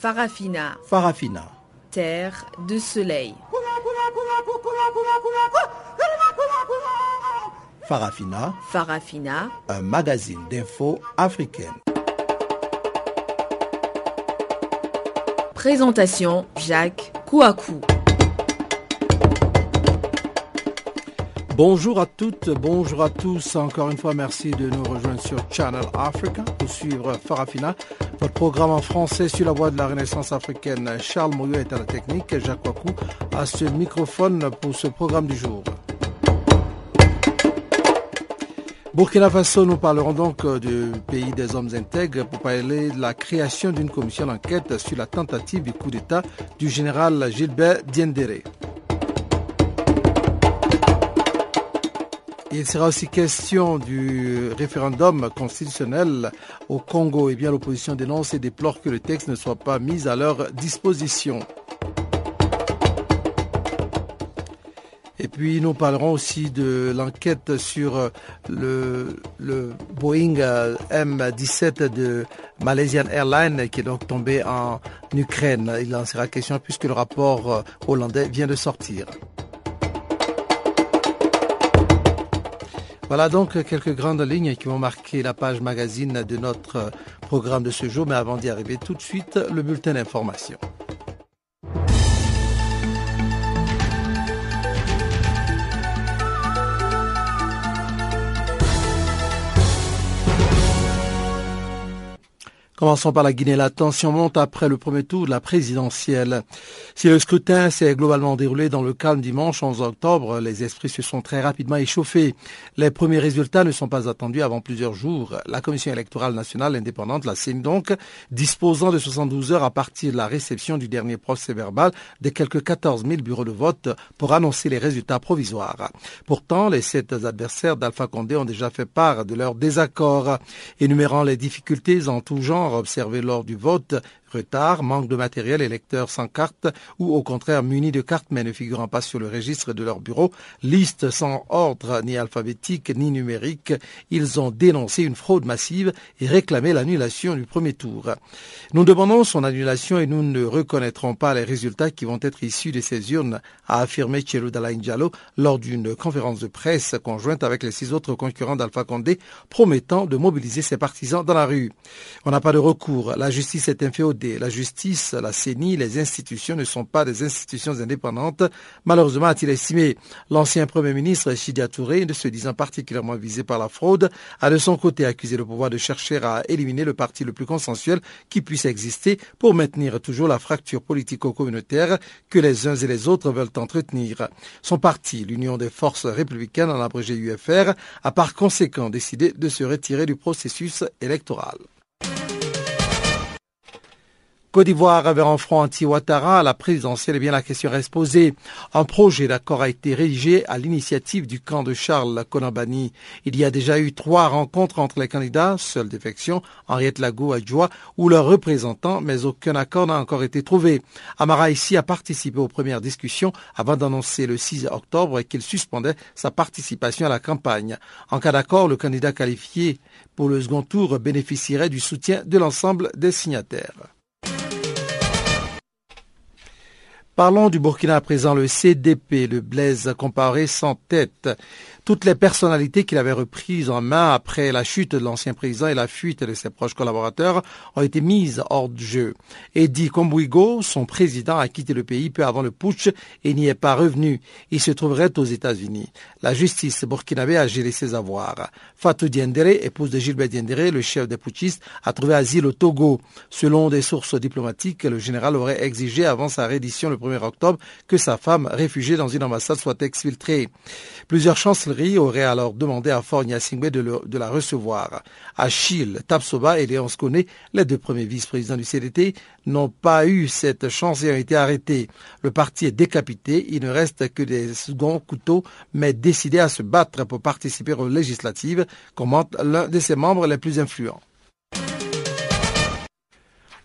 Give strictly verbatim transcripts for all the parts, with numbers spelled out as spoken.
Farafina. Farafina. Terre de soleil. Farafina. Farafina. Un magazine d'infos africaine. Présentation Jacques Kouakou. Bonjour à toutes, bonjour à tous. Encore une fois, merci de nous rejoindre sur Channel Africa pour suivre Farafina, votre programme en français sur la voie de la Renaissance africaine. Charles Moyo est à la technique, Jacques Kouakou à ce microphone pour ce programme du jour. Burkina Faso, nous parlerons donc du pays des hommes intègres pour parler de la création d'une commission d'enquête sur la tentative du coup d'État du général Gilbert Diendéré. Il sera aussi question du référendum constitutionnel au Congo. Eh bien, l'opposition dénonce et déplore que le texte ne soit pas mis à leur disposition. Et puis, nous parlerons aussi de l'enquête sur le, le Boeing M dix-sept de Malaysian Airlines qui est donc tombé en Ukraine. Il en sera question puisque le rapport hollandais vient de sortir. Voilà donc quelques grandes lignes qui vont marquer la page magazine de notre programme de ce jour. Mais avant d'y arriver, tout de suite, le bulletin d'information. Commençons par la Guinée. La tension monte après le premier tour de la présidentielle. Si le scrutin s'est globalement déroulé dans le calme dimanche onze octobre, les esprits se sont très rapidement échauffés. Les premiers résultats ne sont pas attendus avant plusieurs jours. La Commission électorale nationale indépendante, la C E N I donc, disposant de soixante-douze heures à partir de la réception du dernier procès-verbal des quelques quatorze mille bureaux de vote pour annoncer les résultats provisoires. Pourtant, les sept adversaires d'Alpha Condé ont déjà fait part de leur désaccord, énumérant les difficultés en tout genre observé lors du vote, retard, manque de matériel, électeurs sans carte ou au contraire munis de cartes mais ne figurant pas sur le registre de leur bureau, liste sans ordre ni alphabétique ni numérique. Ils ont dénoncé une fraude massive et réclamé l'annulation du premier tour. Nous demandons son annulation et nous ne reconnaîtrons pas les résultats qui vont être issus de ces urnes, a affirmé Thierry Dalain Diallo lors d'une conférence de presse conjointe avec les six autres concurrents d'Alpha Condé, promettant de mobiliser ses partisans dans la rue. On n'a pas de recours, la justice est inféodée. La justice, la C E N I, les institutions ne sont pas des institutions indépendantes. Malheureusement, a-t-il estimé. L'ancien Premier ministre Sidya Touré, se disant particulièrement visé par la fraude, a de son côté accusé le pouvoir de chercher à éliminer le parti le plus consensuel qui puisse exister pour maintenir toujours la fracture politico-communautaire que les uns et les autres veulent entretenir. Son parti, l'Union des forces républicaines, en abrégé U F R, a par conséquent décidé de se retirer du processus électoral. Côte d'Ivoire vers un front anti-Ouattara à la présidentielle, eh bien la question reste posée. Un projet d'accord a été rédigé à l'initiative du camp de Charles Konambani. Il y a déjà eu trois rencontres entre les candidats, seule défection, Henriette Lago Adjoa, ou leurs représentants, mais aucun accord n'a encore été trouvé. Amara ici a participé aux premières discussions avant d'annoncer le six octobre qu'il suspendait sa participation à la campagne. En cas d'accord, le candidat qualifié pour le second tour bénéficierait du soutien de l'ensemble des signataires. Parlons du Burkina à présent, le C D P, le Blaise Compaoré sans tête. Toutes les personnalités qu'il avait reprises en main après la chute de l'ancien président et la fuite de ses proches collaborateurs ont été mises hors de jeu. Eddy Kombouigo, son président, a quitté le pays peu avant le putsch et n'y est pas revenu. Il se trouverait aux États-Unis. La justice burkinabé a gelé ses avoirs. Fatou Diendéré, épouse de Gilbert Diendéré, le chef des putschistes, a trouvé asile au Togo. Selon des sources diplomatiques, le général aurait exigé avant sa reddition le premier octobre que sa femme, réfugiée dans une ambassade, soit exfiltrée. Plusieurs chancelleries aurait alors demandé à Faure Gnassingbé de, le, de la recevoir. Achille Tapsoba et Léonce Koné, les deux premiers vice-présidents du C D T, n'ont pas eu cette chance et ont été arrêtés. Le parti est décapité, il ne reste que des seconds couteaux, mais décidé à se battre pour participer aux législatives, commente l'un de ses membres les plus influents.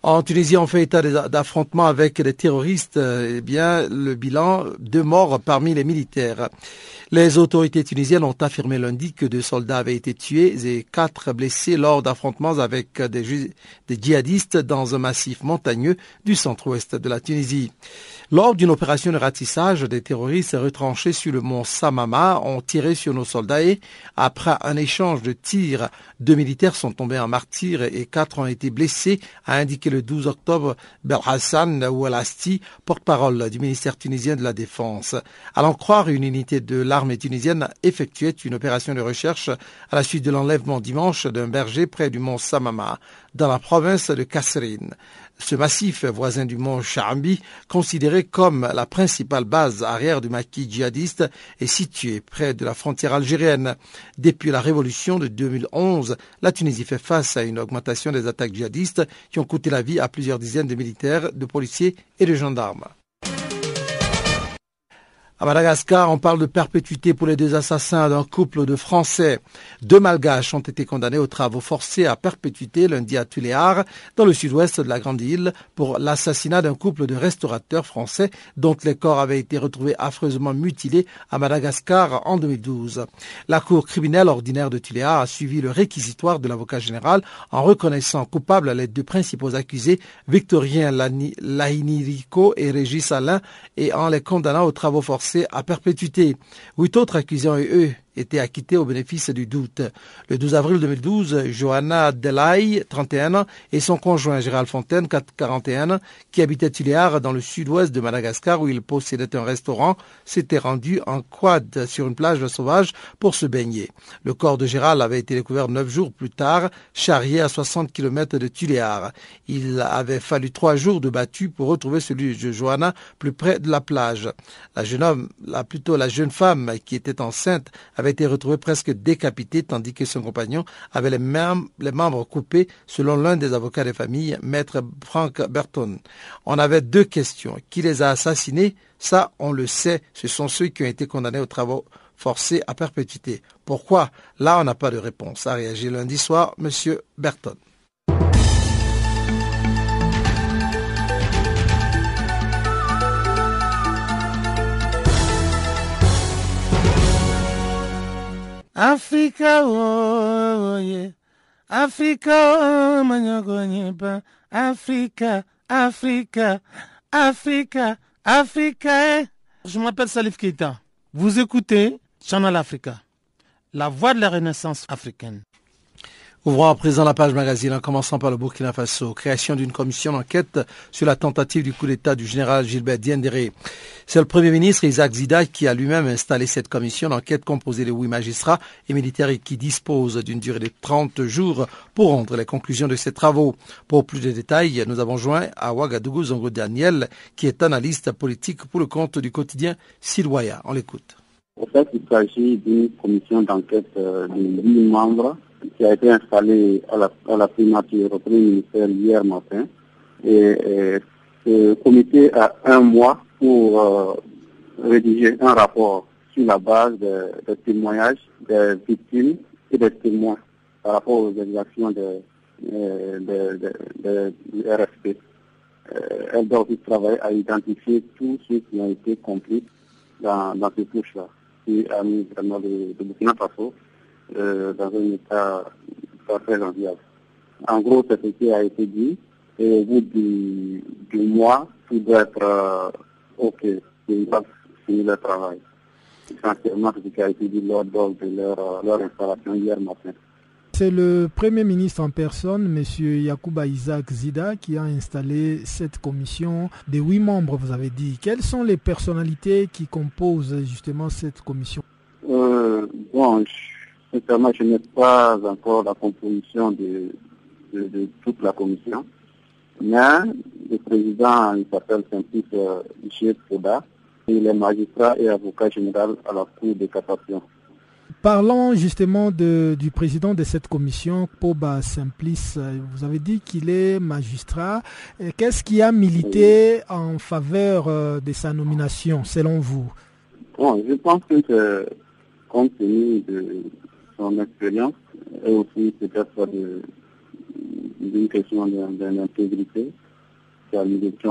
En Tunisie, on fait état d'affrontements avec des terroristes. Eh bien, le bilan, deux morts parmi les militaires. Les autorités tunisiennes ont affirmé lundi que deux soldats avaient été tués et quatre blessés lors d'affrontements avec des, des djihadistes dans un massif montagneux du centre-ouest de la Tunisie. Lors d'une opération de ratissage, des terroristes retranchés sur le mont Samama ont tiré sur nos soldats et, après un échange de tirs, deux militaires sont tombés en martyrs et quatre ont été blessés, a indiqué le douze octobre Belhassan Ouelasti, porte-parole du ministère tunisien de la Défense. À l'en croire, une unité de l'armée tunisienne effectuait une opération de recherche à la suite de l'enlèvement dimanche d'un berger près du mont Samama, dans la province de Kasserine. Ce massif voisin du mont Chaambi, considéré comme la principale base arrière du maquis djihadiste, est situé près de la frontière algérienne. Depuis la révolution de deux mille onze, la Tunisie fait face à une augmentation des attaques djihadistes qui ont coûté la vie à plusieurs dizaines de militaires, de policiers et de gendarmes. À Madagascar, on parle de perpétuité pour les deux assassins d'un couple de Français. Deux Malgaches ont été condamnés aux travaux forcés à perpétuité lundi à Tuléar, dans le sud-ouest de la Grande Île, pour l'assassinat d'un couple de restaurateurs français dont les corps avaient été retrouvés affreusement mutilés à Madagascar en deux mille douze. La Cour criminelle ordinaire de Tuléar a suivi le réquisitoire de l'avocat général en reconnaissant coupables les deux principaux accusés, Victorien Lahiniriko et Régis Alain, et en les condamnant aux travaux forcés à perpétuité. Huit autres accusés ont, eux, été acquittés au bénéfice du doute. Le douze avril deux mille douze, Johanna Delay, trente et un ans, et son conjoint Gérald Fontaine, quarante et un ans, qui habitait Tuléar dans le sud-ouest de Madagascar où il possédait un restaurant, s'étaient rendus en quad sur une plage sauvage pour se baigner. Le corps de Gérald avait été découvert neuf jours plus tard, charrié à soixante kilomètres de Tuléar. Il avait fallu trois jours de battue pour retrouver celui de Johanna plus près de la plage. La jeune homme, la, plutôt la jeune femme qui était enceinte, avait été retrouvé presque décapité, tandis que son compagnon avait les, mem- les membres coupés, selon l'un des avocats des familles, maître Frank Burton. On avait deux questions. Qui les a assassinés? Ça, on le sait. Ce sont ceux qui ont été condamnés aux travaux forcés à perpétuité. Pourquoi? Là, on n'a pas de réponse. A réagi lundi soir, M. Burton. Africa, oh, oh yeah. Africa, oh, manyogonyipa. Africa, Africa, Africa, Africa. Je m'appelle Salif Keita. Vous écoutez Channel Africa, la voix de la renaissance africaine. Ouvrons à présent la page magazine en commençant par le Burkina Faso. Création d'une commission d'enquête sur la tentative du coup d'État du général Gilbert Diendéré. C'est le Premier ministre Isaac Zida qui a lui-même installé cette commission d'enquête composée de huit magistrats et militaires et qui dispose d'une durée de trente jours pour rendre les conclusions de ses travaux. Pour plus de détails, nous avons joint à Ouagadougou Zongo Daniel, qui est analyste politique pour le compte du quotidien Siloya. On l'écoute. En fait, il s'agit d'une commission d'enquête de huit membres qui a été installée à la, à la primature au Premier ministère hier matin. Et, et ce comité a un mois pour euh, rédiger un rapport sur la base des de témoignages des victimes et des témoins par rapport aux exactions de, de, de, de, de, du R F P. Euh, elle doit aussi travailler à identifier tous ceux qui ont été complices dans, dans ces touches-là, qui a mis vraiment le, le Burkina Faso Euh, dans un état pas très enviable. En gros, c'est ce qui a été dit, et au bout du, du mois, tout doit être euh, OK, ils doivent finir leur travail. Essentiellement, c'est ce qui a été dit lors de leur, leur installation hier matin. C'est le Premier ministre en personne, M. Yacouba Isaac Zida, qui a installé cette commission de huit membres, vous avez dit. Quelles sont les personnalités qui composent justement cette commission? euh, Bon, je... Sincèrement, je n'ai pas encore la composition de, de, de toute la commission, mais le président, il s'appelle Simplice Michel Foda, il est magistrat et avocat général à la Cour de cassation. Parlons justement de, du président de cette commission, Poba Simplice. Vous avez dit qu'il est magistrat. Qu'est-ce qui a milité en faveur de sa nomination, selon vous? Bon, je pense que c'est compte tenu de son expérience et aussi peut-être de, d'une question d'intégrité. C'est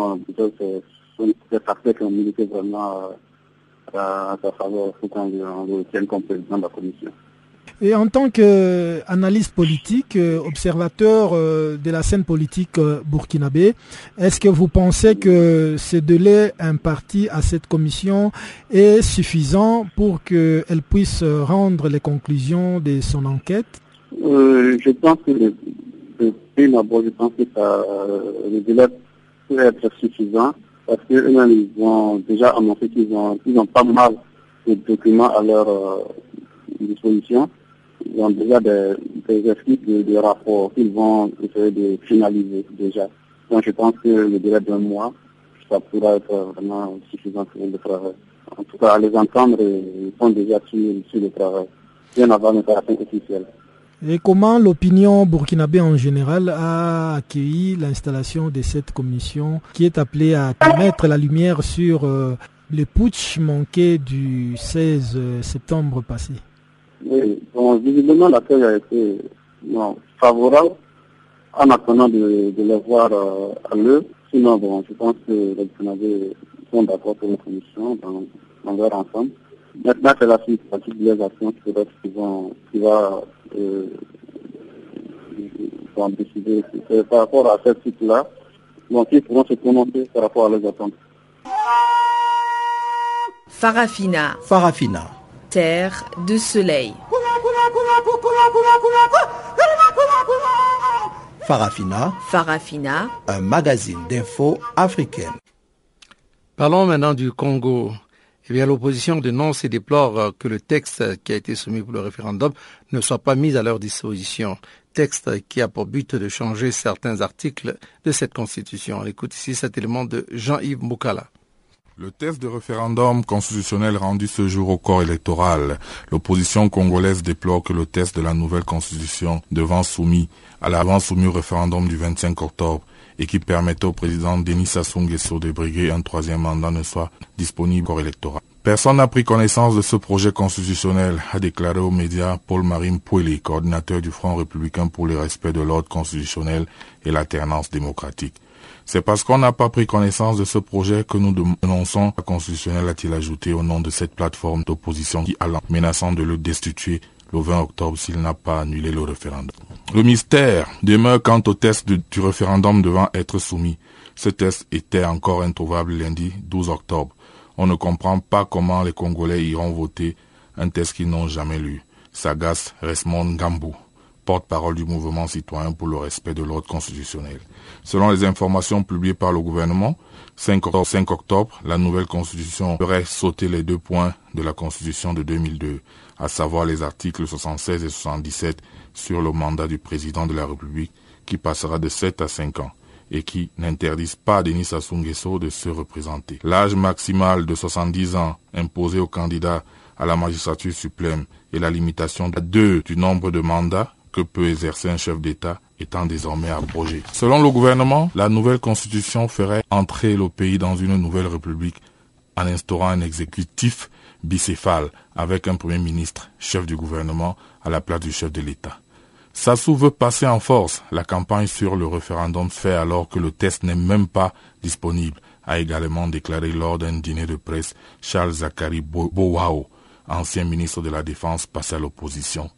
c'est parfait qu'on milite vraiment à, à sa faveur pour qu'on le tienne comme président de la commission. Et en tant qu'analyste politique, observateur de la scène politique burkinabé, est-ce que vous pensez que ce délai imparti à cette commission est suffisant pour qu'elle puisse rendre les conclusions de son enquête? euh, Je pense que le, le prime abord, je pense que ça, le délai peut être suffisant parce qu'eux-mêmes, ils ont déjà annoncé qu'ils ont, ils ont pas mal de documents à leur euh, disposition. Ils ont déjà des, des expliques de, de rapports qu'ils vont essayer de finaliser déjà. Donc je pense que le délai d'un mois, ça pourra être vraiment suffisant pour le travail. En tout cas, à les entendre, ils sont déjà sur, sur le travail, bien avant l'installation officielle. Et comment l'opinion burkinabé en général a accueilli l'installation de cette commission qui est appelée à mettre la lumière sur euh, le putsch manqué du seize septembre passé? Oui, bon, visiblement l'accueil a été non, favorable en attendant de, de les voir euh, à l'œuvre. Sinon, bon, je pense que les Burkinabés sont d'accord pour la commission dans, dans leur ensemble. Maintenant, c'est la suite des actions qui, qui, vont, qui va euh, vont décider. C'est par rapport à cette suite-là, donc ils pourront se prononcer par rapport à leurs attentes. Farafina. Farafina. Terre de soleil. Farafina. Farafina. Un magazine d'infos africaine. Parlons maintenant du Congo. Eh bien, l'opposition dénonce et déplore que le texte qui a été soumis pour le référendum ne soit pas mis à leur disposition. Texte qui a pour but de changer certains articles de cette constitution. On écoute ici cet élément de Jean-Yves Moukala. Le test de référendum constitutionnel rendu ce jour au corps électoral, l'opposition congolaise déplore que le test de la nouvelle constitution devant soumis à l'avant soumis au référendum du vingt-cinq octobre et qui permettait au président Denis Sassou Nguesso de briguer un troisième mandat ne soit disponible au corps électoral. Personne n'a pris connaissance de ce projet constitutionnel, a déclaré aux médias Paul-Marie Mpoueli, coordinateur du Front républicain pour le respect de l'ordre constitutionnel et l'alternance démocratique. C'est parce qu'on n'a pas pris connaissance de ce projet que nous dénonçons la constitutionnelle, a-t-il ajouté au nom de cette plateforme d'opposition qui allant menaçant de le destituer le vingt octobre s'il n'a pas annulé le référendum. Le mystère demeure quant au test de, du référendum devant être soumis. Ce test était encore introuvable lundi douze octobre. On ne comprend pas comment les Congolais iront voter un test qu'ils n'ont jamais lu. S'agace Resmond Gambou, porte-parole du mouvement citoyen pour le respect de l'ordre constitutionnel. Selon les informations publiées par le gouvernement, cinq octobre, la nouvelle constitution ferait sauter les deux points de la constitution de deux mille deux, à savoir les articles soixante-seize et soixante-dix-sept sur le mandat du président de la République qui passera de sept à cinq ans et qui n'interdisent pas à Denis Sassou Nguesso de se représenter. L'âge maximal de soixante-dix ans imposé aux candidats à la magistrature suprême et la limitation à deux du nombre de mandats que peut exercer un chef d'État étant désormais abrogé. Selon le gouvernement, la nouvelle constitution ferait entrer le pays dans une nouvelle république en instaurant un exécutif bicéphale avec un premier ministre, chef du gouvernement, à la place du chef de l'État. Sassou veut passer en force. La campagne sur le référendum fait alors que le test n'est même pas disponible, a également déclaré lors d'un dîner de presse Charles Zachary Bowao, ancien ministre de la Défense passé à l'opposition.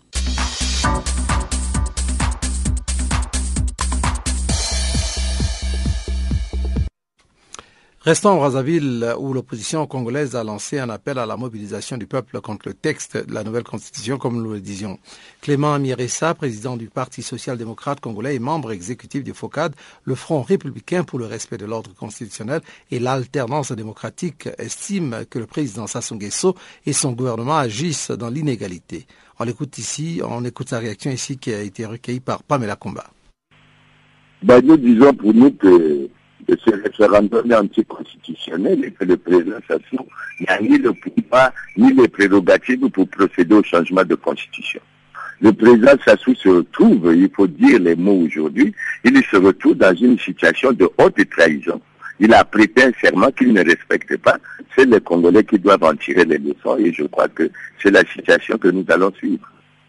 Restons à Brazzaville, où l'opposition congolaise a lancé un appel à la mobilisation du peuple contre le texte de la nouvelle constitution, comme nous le disions. Clément Amiressa, président du Parti social-démocrate congolais et membre exécutif du FOCAD, le Front républicain pour le respect de l'ordre constitutionnel et l'alternance démocratique, estime que le président Sassou Nguesso et son gouvernement agissent dans l'inégalité. On l'écoute ici, on écoute sa réaction ici qui a été recueillie par Pamela Kumba. Ben, nous disons pour nous que ce référendum est anticonstitutionnel et que le président Sassou n'a ni le pouvoir ni les prérogatives pour procéder au changement de constitution. Le président Sassou se retrouve, il faut dire les mots aujourd'hui, il se retrouve dans une situation de haute trahison. Il a prêté un serment qu'il ne respecte pas. C'est les Congolais qui doivent en tirer les leçons et je crois que c'est la situation que nous allons suivre.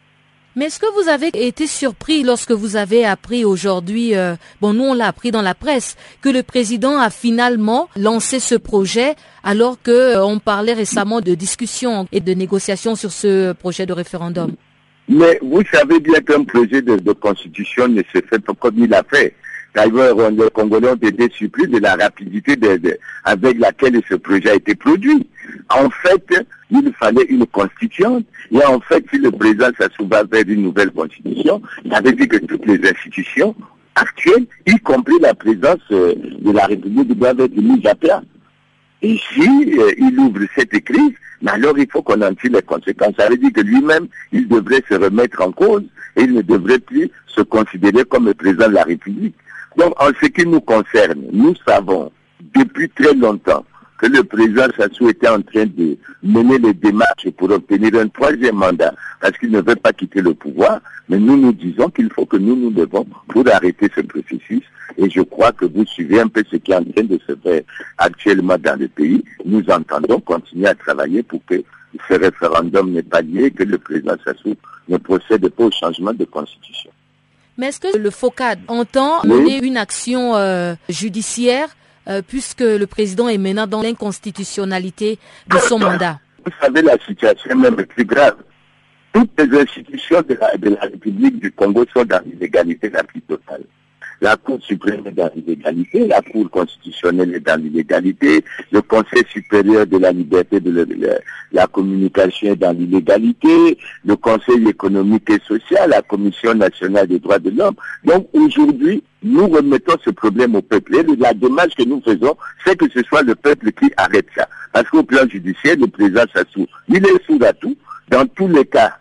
Mais est-ce que vous avez été surpris lorsque vous avez appris aujourd'hui, euh, bon nous on l'a appris dans la presse, que le président a finalement lancé ce projet alors que euh, on parlait récemment de discussions et de négociations sur ce projet de référendum? Mais vous savez bien qu'un projet de, de constitution ne se fait pas comme il a fait. D'ailleurs, les Congolais ont été surpris de la rapidité de, de, avec laquelle ce projet a été produit. En fait, il fallait une constituante. Et en fait, si le président Sassou va vers une nouvelle constitution, il avait dit que toutes les institutions actuelles, y compris la présidence de la République, doivent être mises à plat. Et si euh, il ouvre cette crise, mais alors il faut qu'on en tire les conséquences. Ça veut dire que lui-même, il devrait se remettre en cause et il ne devrait plus se considérer comme le président de la République. Donc, en ce qui nous concerne, nous savons depuis très longtemps que le président Sassou était en train de mener les démarches pour obtenir un troisième mandat parce qu'il ne veut pas quitter le pouvoir. Mais nous nous disons qu'il faut que nous nous devons pour arrêter ce processus. Et je crois que vous suivez un peu ce qui est en train de se faire actuellement dans le pays. Nous entendons continuer à travailler pour que ce référendum n'est pas lié, que le président Sassou ne procède pas au changement de constitution. Mais est-ce que le FOCAD entend mener une action euh, judiciaire euh, puisque le président est maintenant dans l'inconstitutionnalité de son mandat? Vous savez, la situation est même plus grave. Toutes les institutions de la, de la République du Congo sont dans l'illégalité la plus totale. La Cour suprême est dans l'illégalité, la Cour constitutionnelle est dans l'illégalité, le Conseil supérieur de la liberté de la, la, la communication est dans l'illégalité, le Conseil économique et social, la Commission nationale des droits de l'homme. Donc aujourd'hui, nous remettons ce problème au peuple. Et la démarche que nous faisons, c'est que ce soit le peuple qui arrête ça. Parce qu'au plan judiciaire, le président Sassou, il est sourd à tout. Dans tous les cas,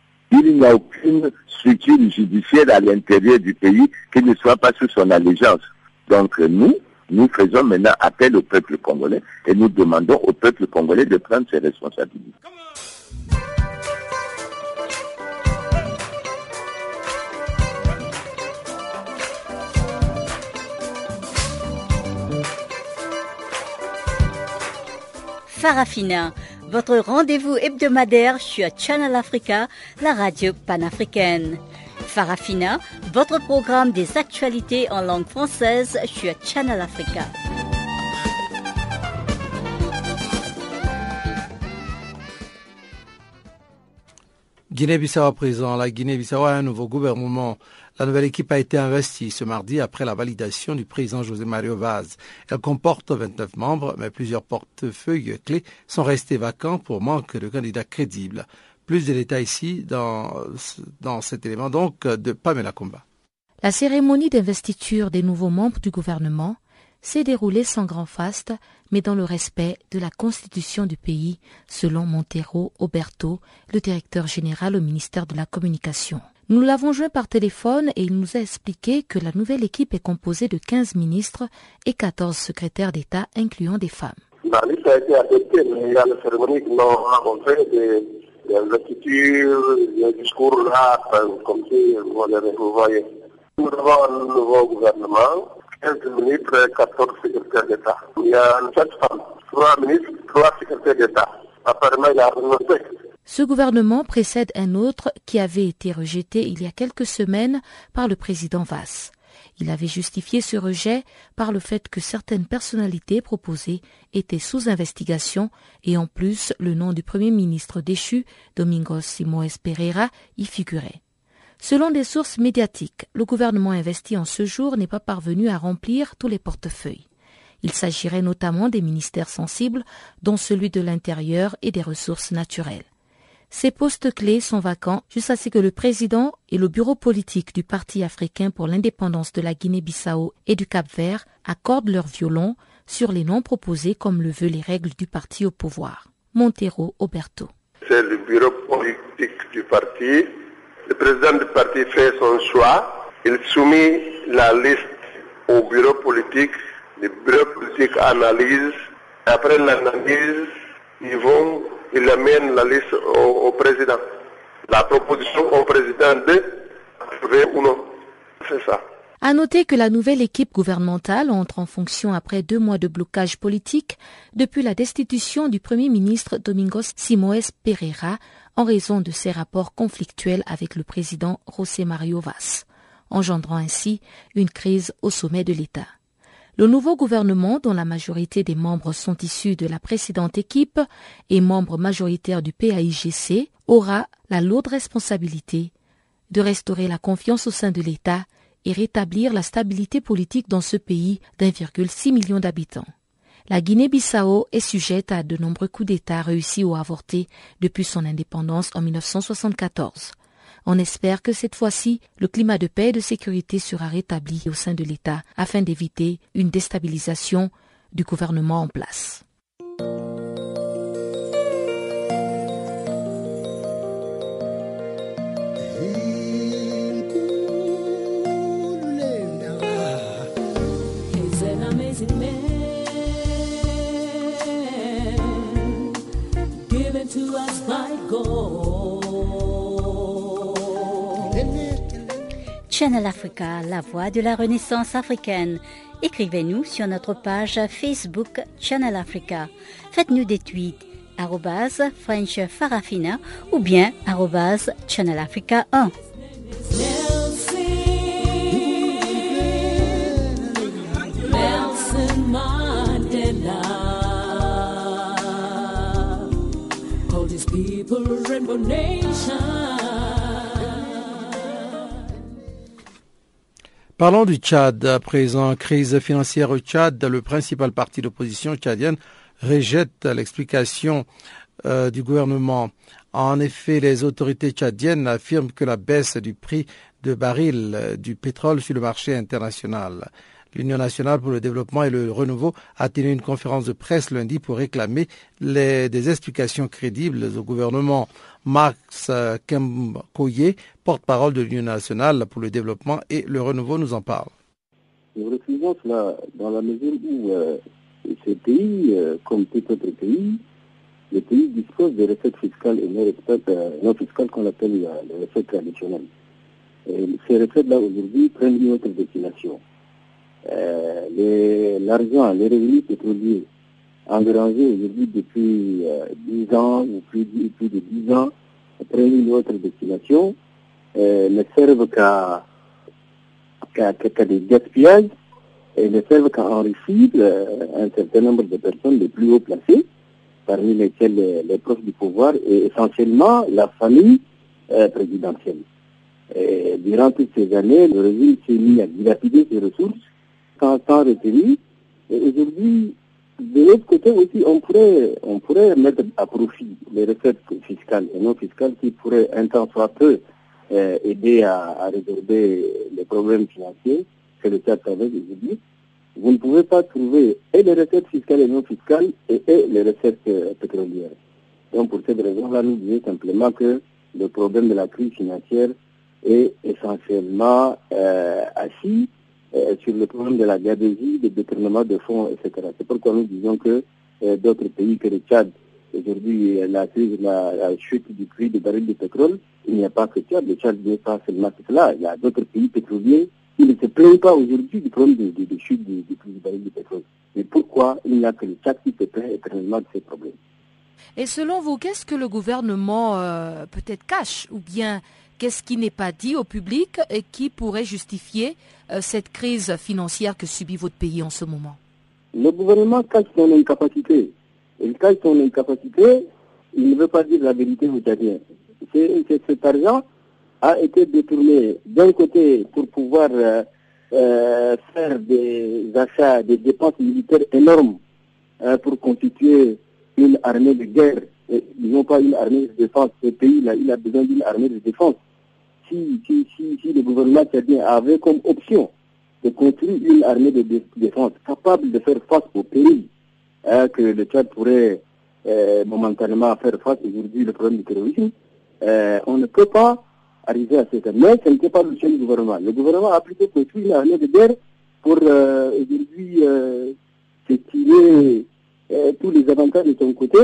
il n'y a aucune structure judiciaire à l'intérieur du pays qui ne soit pas sous son allégeance. Donc nous, nous faisons maintenant appel au peuple congolais et nous demandons au peuple congolais de prendre ses responsabilités. Farafina, votre rendez-vous hebdomadaire sur Channel Africa, la radio panafricaine. Farafina, votre programme des actualités en langue française sur Channel Africa. Guinée-Bissau à présent. La Guinée-Bissau a un nouveau gouvernement. La nouvelle équipe a été investie ce mardi après la validation du président José Mario Vaz. Elle comporte vingt-neuf membres, mais plusieurs portefeuilles clés sont restés vacants pour manque de candidats crédibles. Plus de détails ici dans, dans cet élément donc de Pamela Kumba. La cérémonie d'investiture des nouveaux membres du gouvernement s'est déroulée sans grand faste, mais dans le respect de la constitution du pays, selon Montero Oberto, le directeur général au ministère de la Communication. Nous l'avons joint par téléphone et il nous a expliqué que la nouvelle équipe est composée de quinze ministres et quatorze secrétaires d'État, incluant des femmes. La liste a été adoptée, mais il y a la cérémonie qui nous a rencontré de l'investiture, le discours là, comme si vous les voyez. Nous avons un nouveau gouvernement, quinze ministres et quatorze secrétaires d'État. Il y a sept femmes, trois ministres, trois secrétaires d'État. Apparemment, il y a renoncé. Ce gouvernement précède un autre qui avait été rejeté il y a quelques semaines par le président Vaz. Il avait justifié ce rejet par le fait que certaines personnalités proposées étaient sous investigation et en plus le nom du premier ministre déchu, Domingos Simoes Pereira, y figurait. Selon des sources médiatiques, le gouvernement investi en ce jour n'est pas parvenu à remplir tous les portefeuilles. Il s'agirait notamment des ministères sensibles, dont celui de l'Intérieur et des Ressources naturelles. Ces postes clés sont vacants jusqu'à ce que le président et le bureau politique du Parti africain pour l'indépendance de la Guinée-Bissau et du Cap-Vert accordent leur violon sur les noms proposés comme le veulent les règles du parti au pouvoir. Montero Oberto. C'est le bureau politique du parti. Le président du parti fait son choix. Il soumet la liste au bureau politique. Le bureau politique analyse. Après l'analyse, ils vont il amène la liste au, au président. La proposition au président de approuver ou non. C'est ça. À noter que la nouvelle équipe gouvernementale entre en fonction après deux mois de blocage politique depuis la destitution du Premier ministre Domingos Simoes Pereira en raison de ses rapports conflictuels avec le président José Mario Vaz, engendrant ainsi une crise au sommet de l'État. Le nouveau gouvernement, dont la majorité des membres sont issus de la précédente équipe et membres majoritaires du P A I G C, aura la lourde responsabilité de restaurer la confiance au sein de l'État et rétablir la stabilité politique dans ce pays d'un virgule six million d'habitants. La Guinée-Bissau est sujette à de nombreux coups d'État réussis ou avortés depuis son indépendance en mille neuf cent soixante-quatorze. On espère que cette fois-ci, le climat de paix et de sécurité sera rétabli au sein de l'État afin d'éviter une déstabilisation du gouvernement en place. Channel Africa, la voix de la Renaissance africaine. Écrivez-nous sur notre page Facebook Channel Africa. Faites-nous des tweets arobase French Farafina ou bien arobase Channel Africa un. Parlons du Tchad. À présent, crise financière au Tchad, le principal parti d'opposition tchadienne rejette l'explication euh, du gouvernement. En effet, les autorités tchadiennes affirment que la baisse du prix de baril du pétrole sur le marché international. L'Union nationale pour le développement et le renouveau a tenu une conférence de presse lundi pour réclamer les, des explications crédibles au gouvernement. Max Kemkoye, porte-parole de l'Union nationale pour le développement et le renouveau, nous en parle. Nous refusons cela dans la mesure où euh, ce pays, euh, comme tout autre pays, le pays dispose de recettes fiscales et non, euh, non fiscales qu'on appelle euh, les recettes traditionnelles. Et ces recettes-là aujourd'hui prennent une autre destination. Euh, les, l'argent, les revenus pétroliers engrangés aujourd'hui depuis euh, dix ans ou plus, plus de dix ans prennent une autre destination, euh, ne servent qu'à, qu'à, qu'à des gaspillages et ne servent qu'à enrichir euh, un certain nombre de personnes les plus haut placées, parmi lesquelles les, les proches du pouvoir et essentiellement la famille euh, présidentielle. Et durant toutes ces années, le régime s'est mis à dilapider ses ressources sans, sans retenue. Et aujourd'hui, de l'autre côté aussi, on pourrait, on pourrait mettre à profit les recettes fiscales et non fiscales qui pourraient un temps soit peu euh, aider à, à résorber les problèmes financiers que le Tchad traverse aujourd'hui. Vous ne pouvez pas trouver et les recettes fiscales et non fiscales et, et les recettes euh, pétrolières. Donc pour cette raison-là, nous disons simplement que le problème de la crise financière est essentiellement euh, assis euh, sur le problème de la gabegie, des détournements de fonds, et cetera. C'est pourquoi nous disons que euh, d'autres pays que le Tchad, aujourd'hui, la crise, la, la chute du prix du baril de pétrole, il n'y a pas que le Tchad. Le Tchad n'est pas seulement cela. Il y a d'autres pays pétroliers qui ne se plaignent pas aujourd'hui du problème de, de, de chute du, du prix du baril de pétrole. Mais pourquoi il n'y a que le Tchad qui se plaint éternellement de ces problèmes? Et selon vous, qu'est-ce que le gouvernement euh, peut-être cache ou bien qu'est-ce qui n'est pas dit au public et qui pourrait justifier euh, cette crise financière que subit votre pays en ce moment? Le gouvernement cache son incapacité. Il cache son incapacité, il ne veut pas dire la vérité aux Tchadiens. C'est, c'est, cet argent a été détourné d'un côté pour pouvoir euh, euh, faire des achats, des dépenses militaires énormes euh, pour constituer une armée de guerre. Et ils n'ont pas une armée de défense. Ce pays-là, il a besoin d'une armée de défense. Si, si, si, si le gouvernement tchadien avait comme option de construire une armée de défense capable de faire face au pays hein, que le Tchad pourrait euh, momentanément faire face aujourd'hui le problème du terrorisme, euh, on ne peut pas arriver à ce terme. Mais ce n'était pas le chef du gouvernement. Le gouvernement a plutôt construit une armée de guerre pour euh, aujourd'hui euh, se tirer euh, tous les avantages de son côté.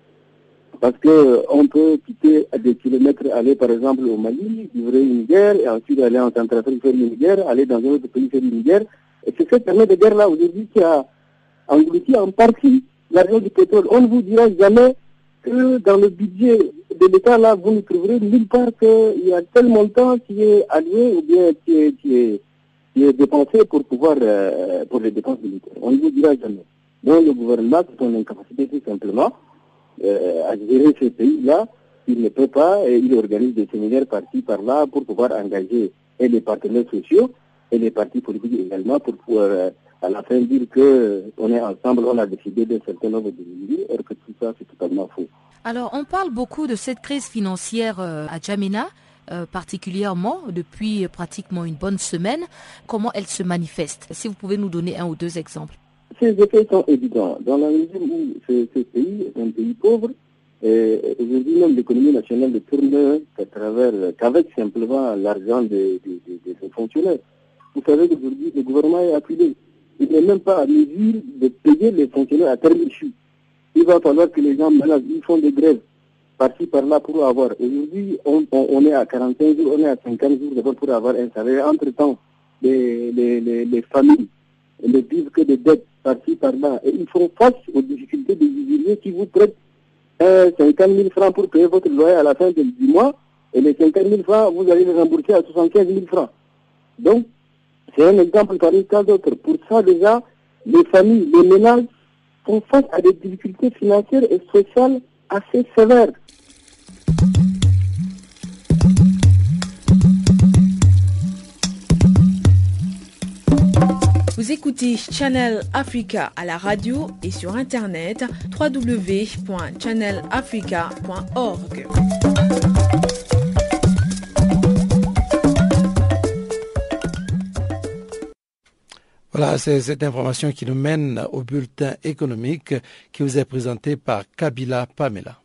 Parce qu'on peut quitter à des kilomètres, aller par exemple au Mali, livrer une guerre, et ensuite aller en Centrafrique faire une guerre, aller dans un autre pays faire une guerre. Et c'est cette armée de guerre-là aujourd'hui qui a englouti en partie l'argent du pétrole. On ne vous dira jamais que dans le budget de l'État, là, vous ne trouverez nulle part qu'il y a tel montant qui est alloué ou bien qui est, qui est, qui est dépensé pour pouvoir, euh, pour les dépenses militaires. On ne vous dira jamais. Donc le gouvernement, c'est son incapacité tout simplement euh, à gérer ce pays-là, il ne peut pas, et il organise des séminaires par-ci, par-là, pour pouvoir engager et les partenaires sociaux et les partis politiques également, pour pouvoir euh, à la fin dire qu'on est ensemble, on a décidé d'un certain nombre de milliers, alors que tout ça, c'est totalement faux. Alors, on parle beaucoup de cette crise financière euh, à Djamena, euh, particulièrement depuis pratiquement une bonne semaine. Comment elle se manifeste? Si vous pouvez nous donner un ou deux exemples. Ces effets sont évidents. Dans la mesure où ce, ce pays est un pays pauvre, et aujourd'hui même l'économie nationale ne tourne qu'à travers, qu'avec simplement l'argent des, des, des, des fonctionnaires. Vous savez qu'aujourd'hui, le gouvernement est appuyé. Il n'est même pas à mesure de payer les fonctionnaires à terme échu. Il va falloir que les gens malades, ils font des grèves par-ci, par-là pour avoir. Aujourd'hui, on, on, on est à quarante-cinq jours, on est à cinquante jours d'abord pour avoir un salaire. Entre-temps, les, les, les, les familles ne vivent que des dettes par-ci, par-là. Et ils font face aux difficultés des usuriers qui vous prêtent euh, cinquante mille francs pour payer votre loyer à la fin du mois. Et les cinquante mille francs, vous allez les rembourser à soixante-quinze mille francs. Donc, c'est un exemple parmi tant d'autres. Pour ça, déjà, les familles, les ménages font face à des difficultés financières et sociales assez sévères. Vous écoutez Channel Africa à la radio et sur internet w w w point channel africa point org. Voilà, c'est cette information qui nous mène au bulletin économique qui vous est présenté par Kabila Pamela.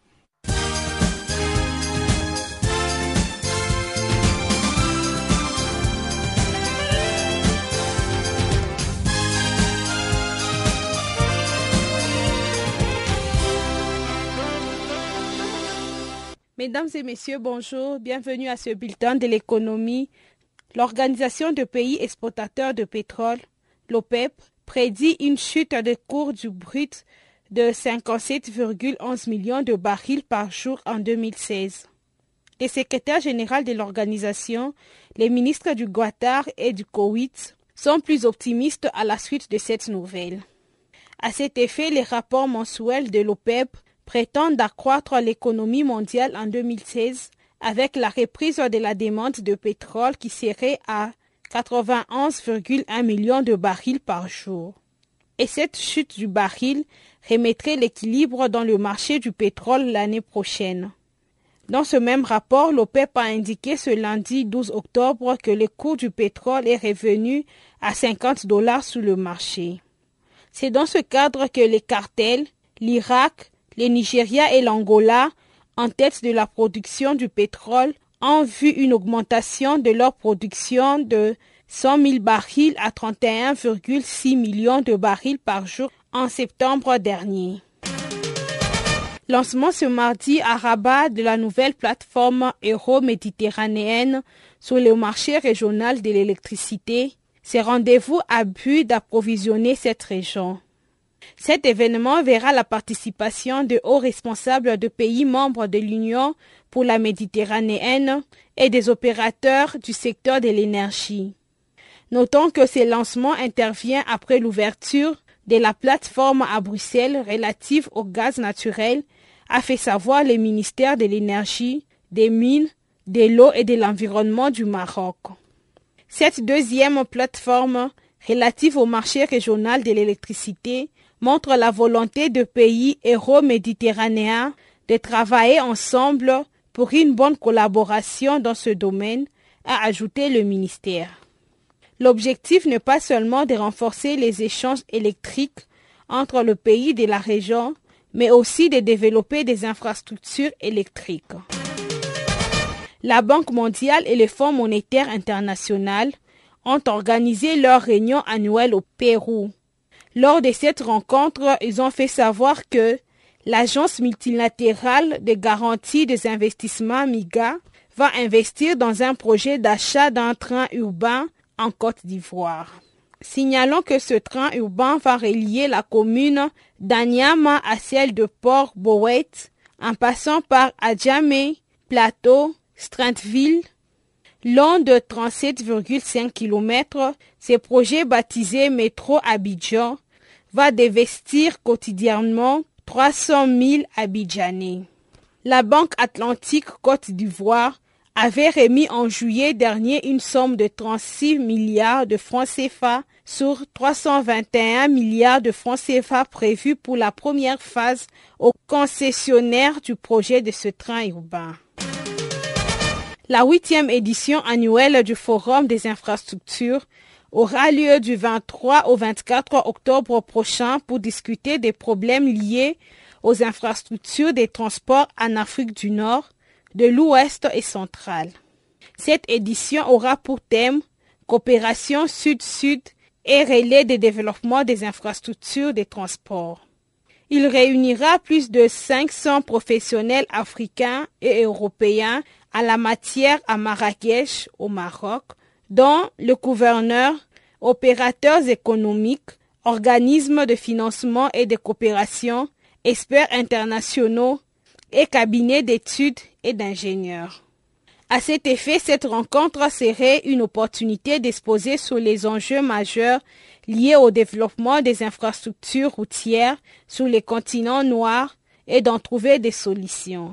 Mesdames et messieurs, bonjour. Bienvenue à ce bulletin de l'économie. L'Organisation de pays exportateurs de pétrole, l'OPEP, prédit une chute des cours du brut de cinquante-sept virgule onze millions de barils par jour en deux mille seize. Les secrétaires généraux de l'organisation, les ministres du Qatar et du Koweït, sont plus optimistes à la suite de cette nouvelle. À cet effet, les rapports mensuels de l'OPEP prétendent accroître l'économie mondiale en deux mille seize avec la reprise de la demande de pétrole qui serait à quatre-vingt-onze virgule un millions de barils par jour. Et cette chute du baril remettrait l'équilibre dans le marché du pétrole l'année prochaine. Dans ce même rapport, l'OPEP a indiqué ce lundi douze octobre que le cours du pétrole est revenu à cinquante dollars sur le marché. C'est dans ce cadre que les cartels, l'Irak, le Nigeria et l'Angola, en tête de la production du pétrole, ont vu une augmentation de leur production de cent mille barils à trente et un virgule six millions de barils par jour en septembre dernier. Lancement ce mardi à Rabat de la nouvelle plateforme euro-méditerranéenne sur le marché régional de l'électricité. Ces rendez-vous à but d'approvisionner cette région. Cet événement verra la participation de hauts responsables de pays membres de l'Union pour la Méditerranéenne et des opérateurs du secteur de l'énergie. Notons que ce lancement intervient après l'ouverture de la plateforme à Bruxelles relative au gaz naturel, a fait savoir le ministère de l'Énergie, des Mines, de l'Eau et de l'Environnement du Maroc. Cette deuxième plateforme relative au marché régional de l'électricité montre la volonté de pays euro-méditerranéens de travailler ensemble pour une bonne collaboration dans ce domaine, a ajouté le ministère. L'objectif n'est pas seulement de renforcer les échanges électriques entre le pays de la région, mais aussi de développer des infrastructures électriques. La Banque mondiale et le Fonds monétaire international ont organisé leur réunion annuelle au Pérou. Lors de cette rencontre, ils ont fait savoir que l'Agence multilatérale de garantie des investissements MIGA va investir dans un projet d'achat d'un train urbain en Côte d'Ivoire. Signalons que ce train urbain va relier la commune d'Anyama à celle de Port Bouet en passant par Adjamé, Plateau, Strantville. Long de trente-sept virgule cinq kilomètres, ce projet baptisé Métro Abidjan va dévestir quotidiennement trois cent mille Abidjanais. La Banque Atlantique Côte d'Ivoire avait remis en juillet dernier une somme de trente-six milliards de francs C F A sur trois cent vingt et un milliards de francs C F A prévus pour la première phase au concessionnaire du projet de ce train urbain. La huitième édition annuelle du Forum des infrastructures aura lieu du vingt-trois au vingt-quatre octobre prochain pour discuter des problèmes liés aux infrastructures des transports en Afrique du Nord, de l'Ouest et central. Cette édition aura pour thème Coopération Sud-Sud et relais de développement des infrastructures des transports. Il réunira plus de cinq cents professionnels africains et européens à la matière à Marrakech, au Maroc, dont le gouverneur, opérateurs économiques, organismes de financement et de coopération, experts internationaux et cabinets d'études et d'ingénieurs. À cet effet, cette rencontre serait une opportunité d'exposer sur les enjeux majeurs liés au développement des infrastructures routières sur les continents noirs et d'en trouver des solutions.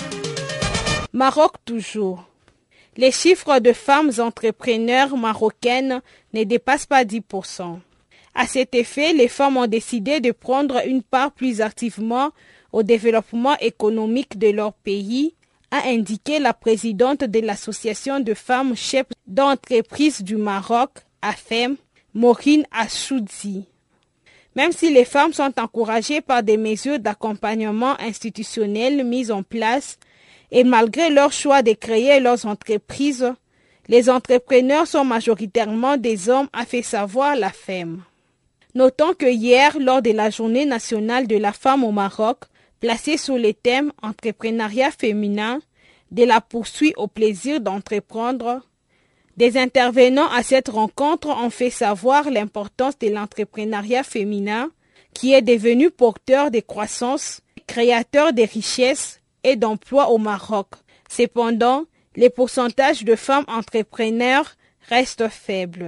Maroc toujours. Les chiffres de femmes entrepreneurs marocaines ne dépassent pas dix pour cent. À cet effet, les femmes ont décidé de prendre une part plus activement au développement économique de leur pays, a indiqué la présidente de l'Association de femmes chefs d'entreprise du Maroc, A F E M, Maureen Achoudzi. Même si les femmes sont encouragées par des mesures d'accompagnement institutionnel mises en place, et malgré leur choix de créer leurs entreprises, les entrepreneurs sont majoritairement des hommes, a fait savoir la F E M. Notons que hier, lors de la journée nationale de la femme au Maroc, placée sous le thème « Entrepreneuriat féminin », de la poursuite au plaisir d'entreprendre, des intervenants à cette rencontre ont fait savoir l'importance de l'entrepreneuriat féminin qui est devenu porteur de croissance, créateur de richesses et d'emplois au Maroc. Cependant, les pourcentages de femmes entrepreneurs restent faibles.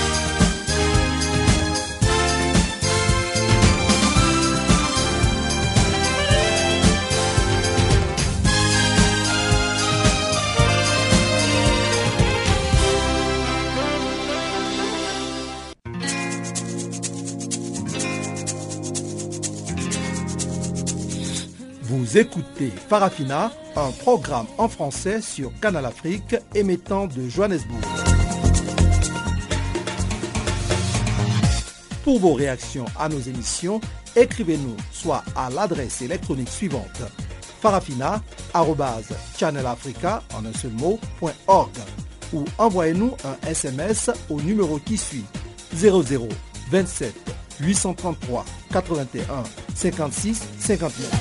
Vous écoutez Farafina, un programme en français sur Canal Afrique émettant de Johannesburg. Pour vos réactions à nos émissions, écrivez-nous soit à l'adresse électronique suivante farafina arobase channelafrica en un seul mot point org ou envoyez-nous un S M S au numéro qui suit zéro zéro vingt-sept huit cent trente-trois quatre-vingt-un cinquante-six cinquante-neuf.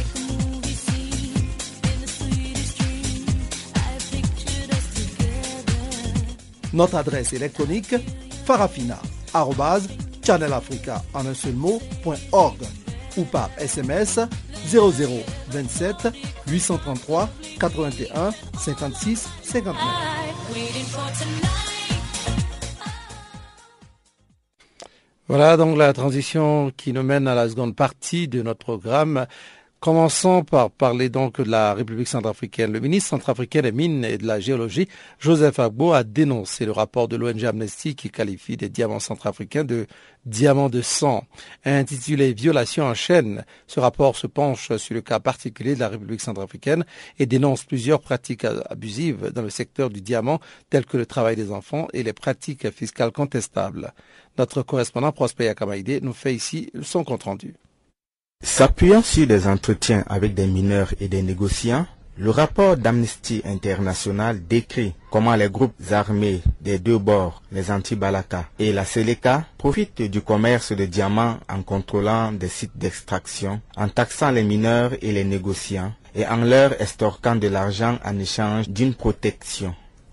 Notre adresse électronique farafina arobase channelafrica en un seul mot point org ou par S M S zéro zéro vingt-sept huit cent trente-trois quatre-vingt-un cinquante-six cinquante-neuf. Voilà donc la transition qui nous mène à la seconde partie de notre programme. Commençons par parler donc de la République centrafricaine. Le ministre centrafricain des Mines et de la Géologie, Joseph Agbo, a dénoncé le rapport de l'O N G Amnesty qui qualifie des diamants centrafricains de diamants de sang. Intitulé « Violation en chaîne », ce rapport se penche sur le cas particulier de la République centrafricaine et dénonce plusieurs pratiques abusives dans le secteur du diamant, telles que le travail des enfants et les pratiques fiscales contestables. Notre correspondant Prosper Yakamaïdé nous fait ici son compte-rendu. S'appuyant sur des entretiens avec des mineurs et des négociants, le rapport d'Amnesty International décrit comment les groupes armés des deux bords, les anti-Balaka et la Seleka, profitent du commerce de diamants en contrôlant des sites d'extraction, en taxant les mineurs et les négociants et en leur extorquant de l'argent en échange d'une protection.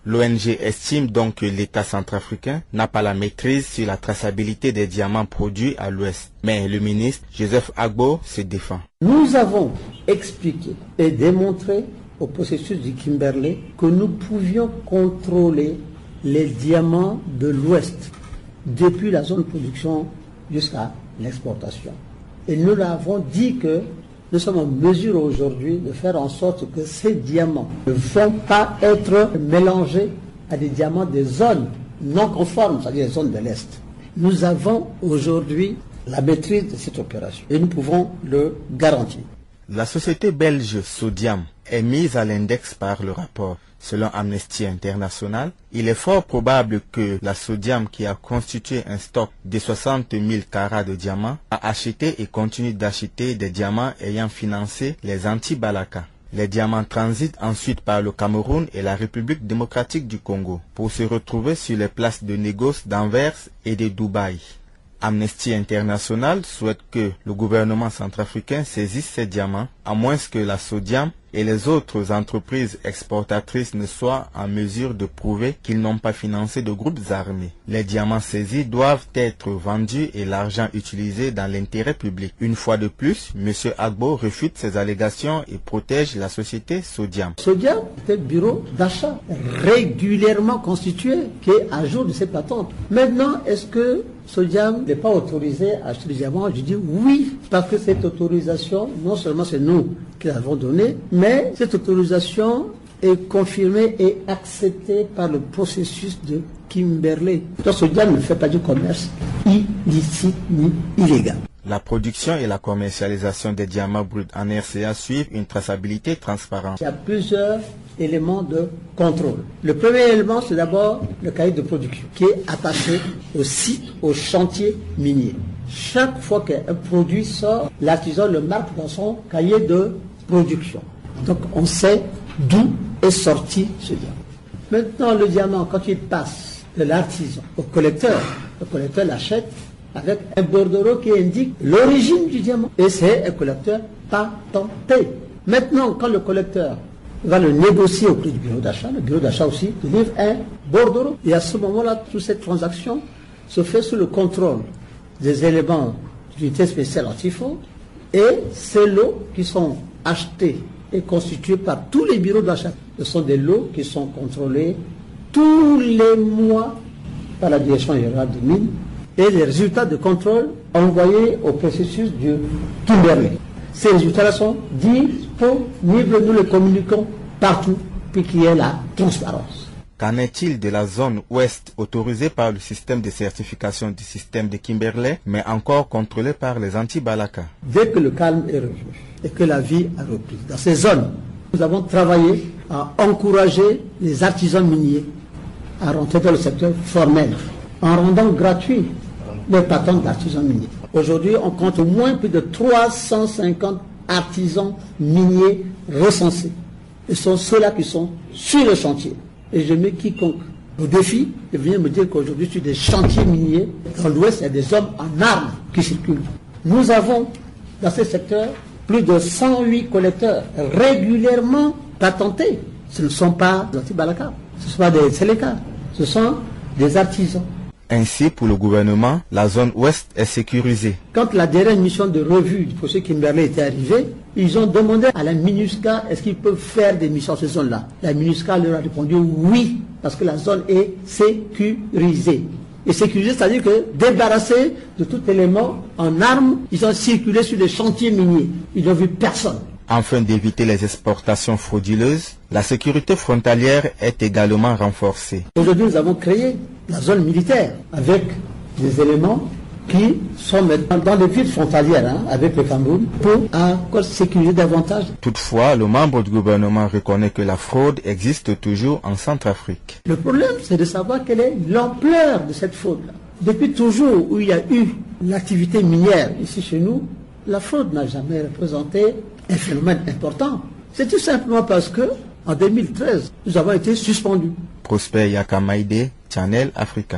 L'O N G estime donc que l'État centrafricain n'a pas la maîtrise sur la traçabilité des diamants produits à l'Ouest. Mais le ministre Joseph Agbo se défend. Nous avons expliqué et démontré au processus du Kimberley que nous pouvions contrôler les diamants de l'Ouest depuis la zone de production jusqu'à l'exportation. Et nous l'avons dit que nous sommes en mesure aujourd'hui de faire en sorte que ces diamants ne vont pas être mélangés à des diamants des zones non conformes, c'est-à-dire les zones de l'Est. Nous avons aujourd'hui la maîtrise de cette opération et nous pouvons le garantir. La société belge Sodiam est mise à l'index par le rapport. Selon Amnesty International, il est fort probable que la Sodiam, qui a constitué un stock de soixante mille carats de diamants, a acheté et continue d'acheter des diamants ayant financé les anti-Balaka. Les diamants transitent ensuite par le Cameroun et la République démocratique du Congo pour se retrouver sur les places de négoce d'Anvers et de Dubaï. Amnesty International souhaite que le gouvernement centrafricain saisisse ces diamants, à moins que la Sodiam et les autres entreprises exportatrices ne soient en mesure de prouver qu'ils n'ont pas financé de groupes armés. Les diamants saisis doivent être vendus et l'argent utilisé dans l'intérêt public. Une fois de plus, M. Agbo refute ces allégations et protège la société Sodiam. Sodiam est un bureau d'achat régulièrement constitué qui est à jour de ses patentes. Maintenant, est-ce que Sodiam n'est pas autorisé à acheter des diamants? Je dis oui, parce que cette autorisation, non seulement c'est nous qui l'avons donnée, mais cette autorisation est confirmée et acceptée par le processus de Kimberley. Donc Sodiam ne fait pas du commerce illicite ni illégal. La production et la commercialisation des diamants bruts en R C A suivent une traçabilité transparente. Il y a plusieurs éléments de contrôle. Le premier élément, c'est d'abord le cahier de production qui est attaché au site, au chantier minier. Chaque fois qu'un produit sort, l'artisan le marque dans son cahier de production. Donc on sait d'où est sorti ce diamant. Maintenant, le diamant, quand il passe de l'artisan au collecteur, le collecteur l'achète avec un bordereau qui indique l'origine du diamant. Et c'est un collecteur patenté. Maintenant, quand le collecteur va le négocier auprès du bureau d'achat, le bureau d'achat aussi livre un bordereau. Et à ce moment-là, toute cette transaction se fait sous le contrôle des éléments d'unité spéciale antifraude. Et ces lots qui sont achetés et constitués par tous les bureaux d'achat, ce sont des lots qui sont contrôlés tous les mois par la direction générale des mines et les résultats de contrôle envoyés au processus du Kimberley. Ces résultats-là sont disponibles, nous les communiquons partout, puis qu'il y ait la transparence. Qu'en est-il de la zone ouest autorisée par le système de certification du système de Kimberley, mais encore contrôlée par les anti-Balaka? Dès que le calme est revenu et que la vie a repris, dans ces zones, nous avons travaillé à encourager les artisans miniers à rentrer dans le secteur formel, en rendant gratuit les patentes d'artisans miniers. Aujourd'hui, on compte au moins plus de trois cent cinquante artisans miniers recensés. Ce sont ceux-là qui sont sur le chantier. Et je mets quiconque au défi de venir me dire qu'aujourd'hui, sur des chantiers miniers, dans l'Ouest, il y a des hommes en armes qui circulent. Nous avons, dans ce secteur, plus de cent huit collecteurs régulièrement patentés. Ce ne sont pas des anti-Balaka, ce ne sont pas des Séléka, ce sont des artisans. Ainsi, pour le gouvernement, la zone ouest est sécurisée. Quand la dernière mission de revue du procès Kimberley était arrivée, ils ont demandé à la MINUSCA est-ce qu'ils peuvent faire des missions dans cette zone-là. La MINUSCA leur a répondu oui, parce que la zone est sécurisée. Et sécurisée, c'est-à-dire que débarrassés de tout élément en armes, ils ont circulé sur les chantiers miniers. Ils n'ont vu personne. Afin d'éviter les exportations frauduleuses, la sécurité frontalière est également renforcée. Aujourd'hui, nous avons créé la zone militaire avec des éléments qui sont maintenant dans les villes frontalières hein, avec le Cameroun pour encore sécuriser davantage. Toutefois, le membre du gouvernement reconnaît que la fraude existe toujours en Centrafrique. Le problème, c'est de savoir quelle est l'ampleur de cette fraude-là. Depuis toujours où il y a eu l'activité minière ici chez nous, la fraude n'a jamais représenté un phénomène important. C'est tout simplement parce que, en deux mille treize, nous avons été suspendus. Prosper Yakamaide, Channel Africa.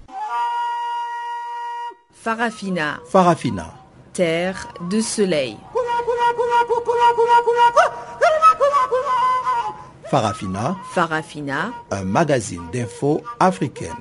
Farafina. Farafina. Terre de soleil. Farafina. Farafina. Un magazine d'infos africaine.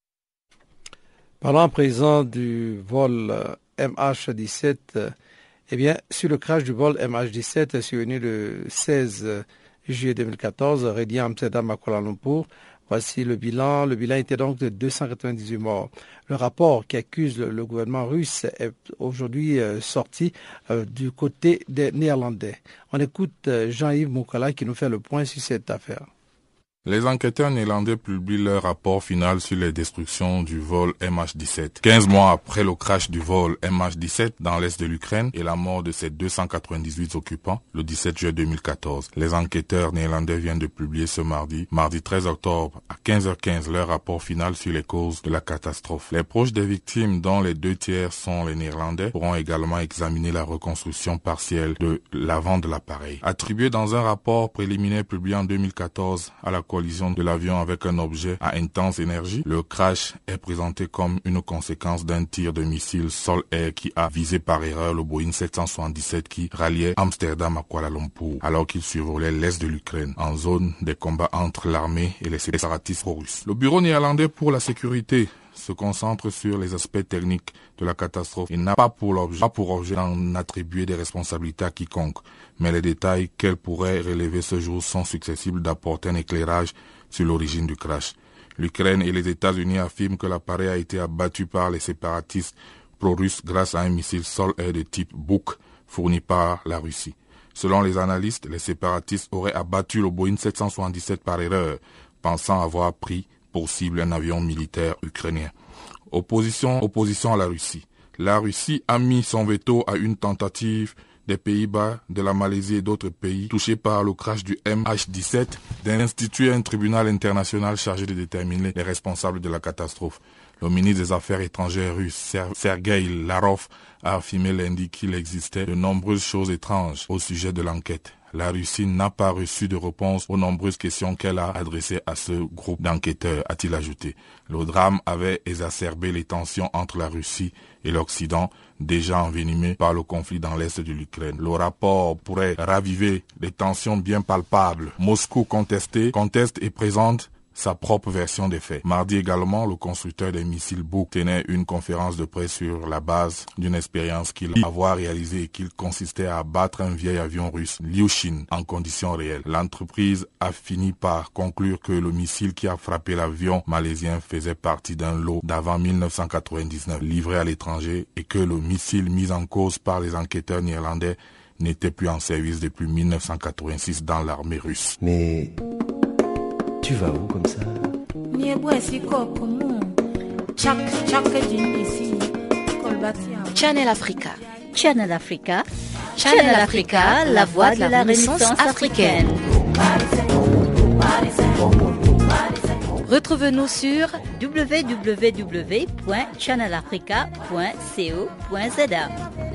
Parlons à présent du vol M H dix-sept. Eh bien, sur le crash du vol M H dix-sept survenu le seize juillet deux mille quatorze, relié à Amsterdam à Kuala Lumpur, voici le bilan. Le bilan était donc de deux cent quatre-vingt-dix-huit morts. Le rapport qui accuse le, le gouvernement russe est aujourd'hui euh, sorti euh, du côté des Néerlandais. On écoute euh, Jean-Yves Moukala qui nous fait le point sur cette affaire. Les enquêteurs néerlandais publient leur rapport final sur les destructions du vol M H dix-sept. quinze mois après le crash du vol M H dix-sept dans l'est de l'Ukraine et la mort de ses deux cent quatre-vingt-dix-huit occupants, le dix-sept juillet deux mille quatorze. Les enquêteurs néerlandais viennent de publier ce mardi, mardi treize octobre, à quinze heures quinze, leur rapport final sur les causes de la catastrophe. Les proches des victimes, dont les deux tiers sont les Néerlandais, pourront également examiner la reconstruction partielle de l'avant de l'appareil. Attribué dans un rapport préliminaire publié en deux mille quatorze à la collision de l'avion avec un objet à intense énergie, le crash est présenté comme une conséquence d'un tir de missile sol-air qui a visé par erreur le Boeing sept cent soixante-dix-sept qui ralliait Amsterdam à Kuala Lumpur alors qu'il survolait l'est de l'Ukraine en zone des combats entre l'armée et les séparatistes pro-russes. Le bureau néerlandais pour la sécurité se concentre sur les aspects techniques de la catastrophe et n'a pas pour l'objet, pas pour objet d'en attribuer des responsabilités à quiconque. Mais les détails qu'elle pourrait relever ce jour sont susceptibles d'apporter un éclairage sur l'origine du crash. L'Ukraine et les États-Unis affirment que l'appareil a été abattu par les séparatistes pro-russes grâce à un missile sol-air de type Buk fourni par la Russie. Selon les analystes, les séparatistes auraient abattu le Boeing sept cent soixante-dix-sept par erreur, pensant avoir pris pour cible un avion militaire ukrainien. Opposition, opposition à la Russie. La Russie a mis son veto à une tentative des Pays-Bas, de la Malaisie et d'autres pays touchés par le crash du M H dix-sept d'instituer un tribunal international chargé de déterminer les responsables de la catastrophe. Le ministre des Affaires étrangères russe, Sergei Lavrov, a affirmé lundi qu'il existait de nombreuses choses étranges au sujet de l'enquête. La Russie n'a pas reçu de réponse aux nombreuses questions qu'elle a adressées à ce groupe d'enquêteurs, a-t-il ajouté. Le drame avait exacerbé les tensions entre la Russie et l'Occident, déjà envenimées par le conflit dans l'est de l'Ukraine. Le rapport pourrait raviver les tensions bien palpables. Moscou contesté, conteste et présente sa propre version des faits. Mardi également, le constructeur des missiles Buk tenait une conférence de presse sur la base d'une expérience qu'il avait réalisée et qui consistait à abattre un vieil avion russe, Ilyushin, en conditions réelles. L'entreprise a fini par conclure que le missile qui a frappé l'avion malaisien faisait partie d'un lot d'avant mille neuf cent quatre-vingt-dix-neuf livré à l'étranger et que le missile mis en cause par les enquêteurs néerlandais n'était plus en service depuis mille neuf cent quatre-vingt-six dans l'armée russe. Mais tu vas où comme ça? Channel Africa. Channel Africa. Channel Africa, la voix de la Renaissance africaine. Retrouve-nous sur w w w point channel africa point co point z a.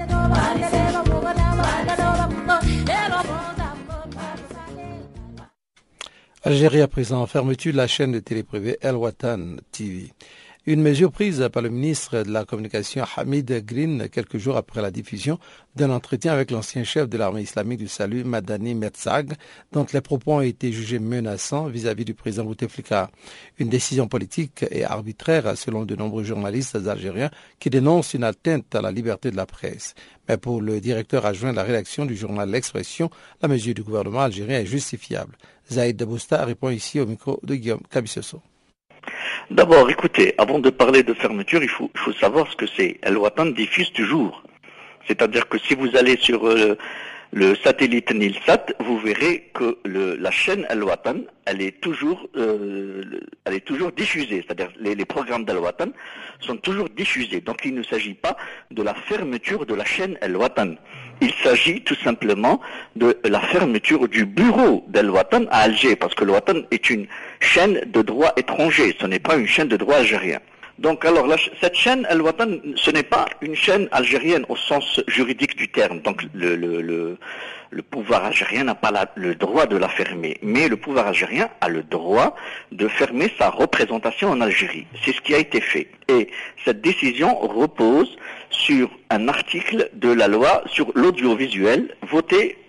Algérie à présent, fermeture de la chaîne de télé privée El Watan T V. Une mesure prise par le ministre de la Communication Hamid Green quelques jours après la diffusion d'un entretien avec l'ancien chef de l'armée islamique du salut Madani Merzag, dont les propos ont été jugés menaçants vis-à-vis du président Bouteflika. Une décision politique et arbitraire selon de nombreux journalistes algériens qui dénoncent une atteinte à la liberté de la presse. Mais pour le directeur adjoint de la rédaction du journal L'Expression, la mesure du gouvernement algérien est justifiable. Zaïd Debousta répond ici au micro de Guillaume Kabissoso. D'abord, écoutez, avant de parler de fermeture, il faut, il faut savoir ce que c'est. El Watan diffuse toujours. C'est-à-dire que si vous allez sur euh, le satellite Nilsat, vous verrez que le, la chaîne El Watan, elle est toujours, euh, elle est toujours diffusée. C'est-à-dire les, les programmes d'El Watan sont toujours diffusés. Donc il ne s'agit pas de la fermeture de la chaîne El Watan. Il s'agit tout simplement de la fermeture du bureau d'El Watan à Alger, parce que El Watan est une chaîne de droit étranger, ce n'est pas une chaîne de droit algérien. Donc alors la, cette chaîne El Watan, ce n'est pas une chaîne algérienne au sens juridique du terme. Donc le, le, le, le pouvoir algérien n'a pas la, le droit de la fermer, mais le pouvoir algérien a le droit de fermer sa représentation en Algérie. C'est ce qui a été fait. Et cette décision repose sur un article de la loi sur l'audiovisuel voté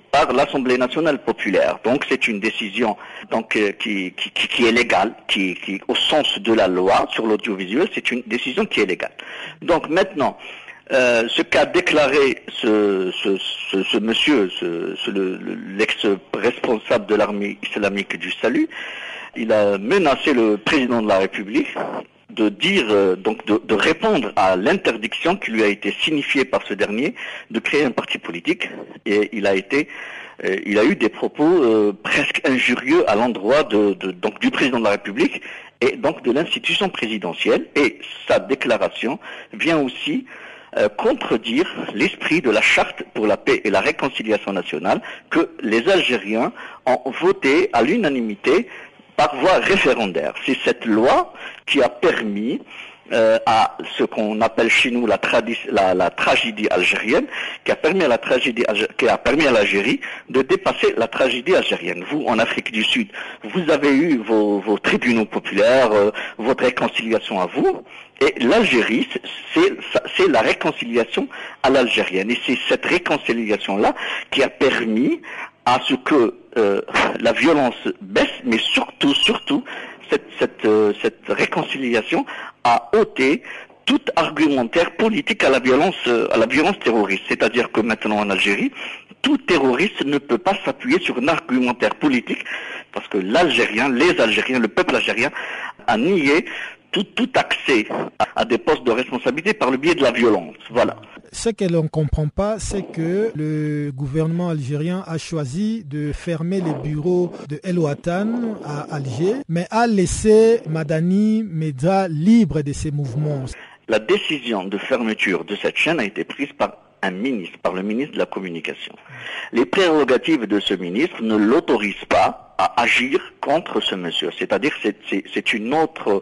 par l'Assemblée nationale populaire. Donc c'est une décision donc euh, qui, qui, qui est légale, qui, qui au sens de la loi sur l'audiovisuel, c'est une décision qui est légale. Donc maintenant, euh, ce qu'a déclaré ce, ce, ce, ce monsieur, ce, ce, le, l'ex-responsable de l'armée islamique du salut, il a menacé le président de la République de dire, euh, donc de, de répondre à l'interdiction qui lui a été signifiée par ce dernier de créer un parti politique, et il a été, euh, il a eu des propos euh, presque injurieux à l'endroit de, de, donc du président de la République et donc de l'institution présidentielle, et sa déclaration vient aussi euh, contredire l'esprit de la charte pour la paix et la réconciliation nationale que les Algériens ont voté à l'unanimité par voie référendaire. C'est cette loi qui a permis euh, à ce qu'on appelle chez nous la, tradi- la, la tragédie algérienne, qui a permis à la tragédie, qui a permis à l'Algérie de dépasser la tragédie algérienne. Vous, en Afrique du Sud, vous avez eu vos, vos tribunaux populaires, euh, votre réconciliation à vous, et l'Algérie, c'est, c'est la réconciliation à l'algérienne. Et c'est cette réconciliation-là qui a permis à ce que euh, la violence baisse, mais surtout, surtout, cette, cette, euh, cette réconciliation a ôté tout argumentaire politique à la violence, euh, à la violence terroriste. C'est-à-dire que maintenant en Algérie, tout terroriste ne peut pas s'appuyer sur un argumentaire politique, parce que l'Algérien, les Algériens, le peuple algérien a nié tout, tout accès à, à des postes de responsabilité par le biais de la violence. Voilà. Ce que l'on ne comprend pas, c'est que le gouvernement algérien a choisi de fermer les bureaux de El Watan à Alger, mais a laissé Madani Medra libre de ses mouvements. La décision de fermeture de cette chaîne a été prise par un ministre, par le ministre de la Communication. Les prérogatives de ce ministre ne l'autorisent pas à agir contre ce monsieur. C'est-à-dire que c'est, c'est, c'est une autre...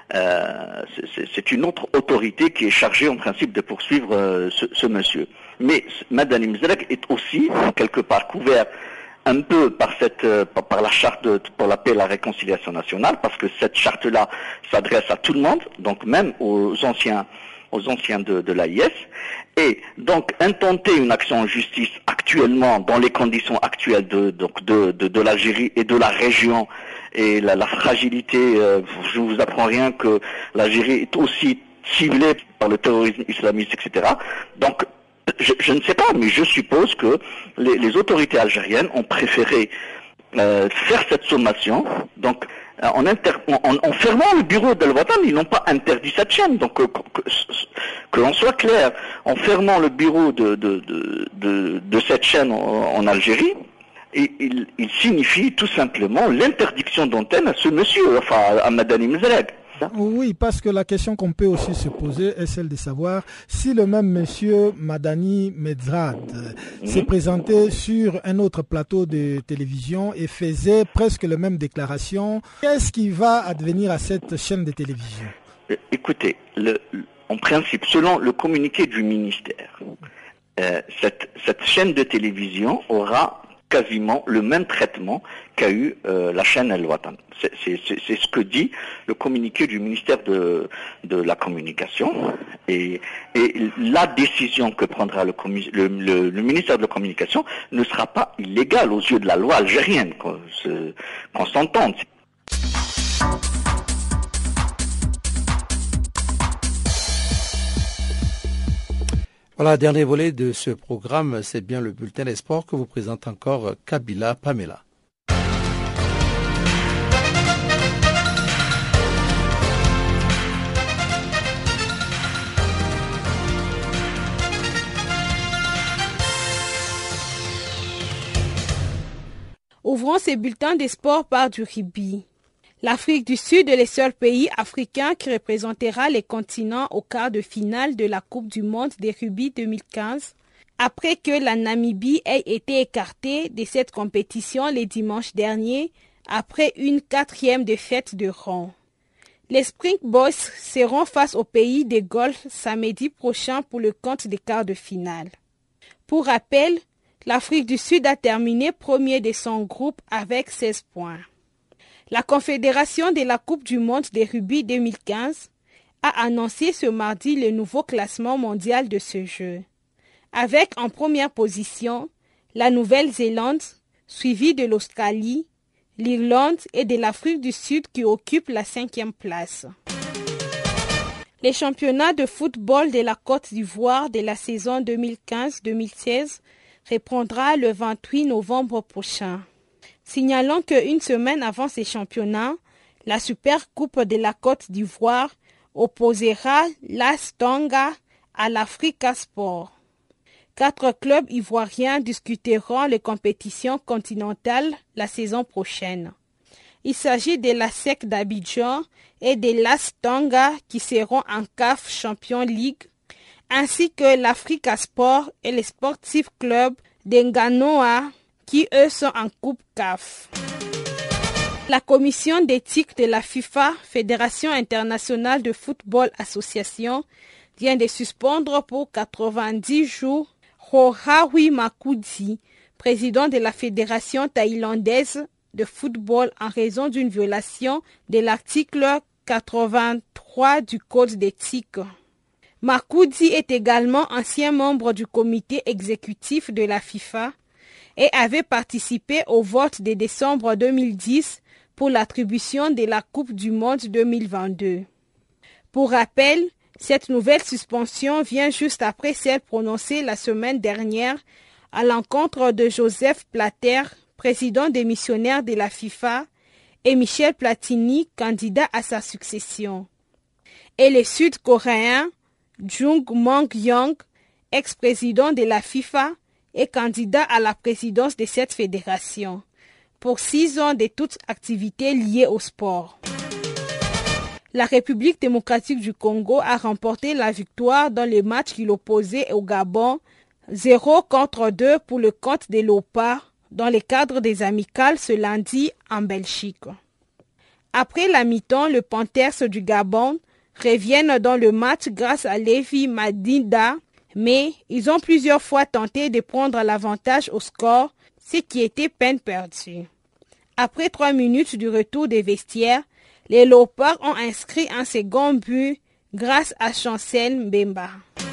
Euh, c'est, c'est une autre autorité qui est chargée en principe de poursuivre euh, ce, ce monsieur. Mais Madani Mzrek est aussi quelque part couvert un peu par cette euh, par, par la charte de, pour la paix et la réconciliation nationale, parce que cette charte-là s'adresse à tout le monde, donc même aux anciens aux anciens de, de l'A I S. Et donc intenter une action en justice actuellement, dans les conditions actuelles de donc de, de, de l'Algérie et de la région, et la, la fragilité, euh, je ne vous apprends rien que l'Algérie est aussi ciblée par le terrorisme islamiste, et cetera. Donc, je, je ne sais pas, mais je suppose que les, les autorités algériennes ont préféré euh, faire cette sommation. Donc, en, inter, en, en fermant le bureau d'El Watan, ils n'ont pas interdit cette chaîne. Donc, que, que, que l'on soit clair, en fermant le bureau de, de, de, de, de cette chaîne en, en Algérie, et il, il signifie tout simplement l'interdiction d'antenne à ce monsieur, enfin à Madani Mzrek. Oui, parce que la question qu'on peut aussi se poser est celle de savoir si le même monsieur Madani Mezrad mmh. s'est présenté sur un autre plateau de télévision et faisait presque les mêmes déclarations, qu'est-ce qui va advenir à cette chaîne de télévision? Écoutez, le, en principe, selon le communiqué du ministère, euh, cette, cette chaîne de télévision aura quasiment le même traitement qu'a eu euh, la chaîne El Watan. C'est, c'est, c'est, c'est ce que dit le communiqué du ministère de, de la Communication. Et, et la décision que prendra le, commu- le, le, le ministère de la Communication ne sera pas illégale aux yeux de la loi algérienne, qu'on, se, qu'on s'entende. Voilà, dernier volet de ce programme, c'est bien le bulletin des sports que vous présente encore Kabila Pamela. Ouvrons ces bulletins des sports par du rugby. L'Afrique du Sud est le seul pays africain qui représentera les continents au quart de finale de la Coupe du monde des rugby deux mille quinze, après que la Namibie ait été écartée de cette compétition les dimanches derniers après une quatrième défaite de rang. Les Springboks seront face au pays des Golfe samedi prochain pour le compte des quarts de finale. Pour rappel, l'Afrique du Sud a terminé premier de son groupe avec seize points. La Confédération de la Coupe du monde des rugby deux mille quinze a annoncé ce mardi le nouveau classement mondial de ce jeu. Avec en première position la Nouvelle-Zélande, suivie de l'Australie, l'Irlande et de l'Afrique du Sud qui occupent la cinquième place. Les championnats de football de la Côte d'Ivoire de la saison deux mille quinze deux mille seize reprendra le vingt-huit novembre prochain. Signalons qu'une semaine avant ces championnats, la Super Coupe de la Côte d'Ivoire opposera l'As Tonga à l'Africa Sport. Quatre clubs ivoiriens discuteront les compétitions continentales la saison prochaine. Il s'agit de la S E C d'Abidjan et de l'As Tonga qui seront en C A F Champions League, ainsi que l'Africa Sport et le Sportif Club d'Enganoa qui eux sont en Coupe C A F. La commission d'éthique de la FIFA, Fédération internationale de football association, vient de suspendre pour quatre-vingt-dix jours Rohawi Makudi, président de la Fédération thaïlandaise de football en raison d'une violation de l'article quatre-vingt-trois du Code d'éthique. Makudi est également ancien membre du comité exécutif de la FIFA et avait participé au vote de décembre deux mille dix pour l'attribution de la Coupe du Monde deux mille vingt-deux. Pour rappel, cette nouvelle suspension vient juste après celle prononcée la semaine dernière à l'encontre de Joseph Blatter, président démissionnaire de la FIFA, et Michel Platini, candidat à sa succession. Et le Sud-Coréen Jung Mong-Yong, ex-président de la FIFA et candidat à la présidence de cette fédération, pour six ans de toutes activités liées au sport. La République démocratique du Congo a remporté la victoire dans le match qui l'opposait au Gabon, zéro contre deux pour le compte de l'O P A, dans le cadre des amicales ce lundi en Belgique. Après la mi-temps, le Panthers du Gabon reviennent dans le match grâce à Lévi Madinda, mais ils ont plusieurs fois tenté de prendre l'avantage au score, ce qui était peine perdue. Après trois minutes du retour des vestiaires, les Léopards ont inscrit un second but grâce à Chancel Mbemba.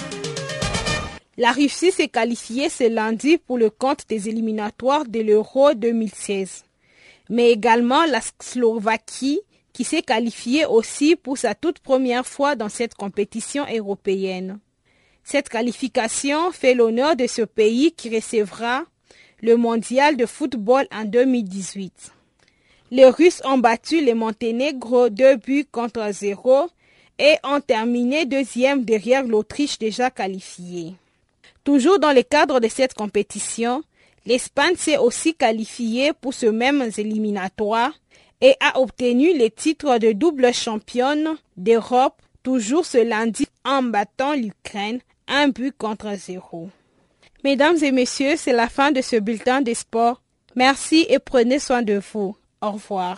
La Russie s'est qualifiée ce lundi pour le compte des éliminatoires de l'Euro deux mille seize, mais également la Slovaquie qui s'est qualifiée aussi pour sa toute première fois dans cette compétition européenne. Cette qualification fait l'honneur de ce pays qui recevra le mondial de football en deux mille dix-huit. Les Russes ont battu le Monténégro deux buts contre zéro et ont terminé deuxième derrière l'Autriche déjà qualifiée. Toujours dans le cadre de cette compétition, l'Espagne s'est aussi qualifiée pour ce même éliminatoire et a obtenu le titre de double championne d'Europe toujours ce lundi en battant l'Ukraine un but contre zéro. Mesdames et messieurs, c'est la fin de ce bulletin des sports. Merci et prenez soin de vous. Au revoir.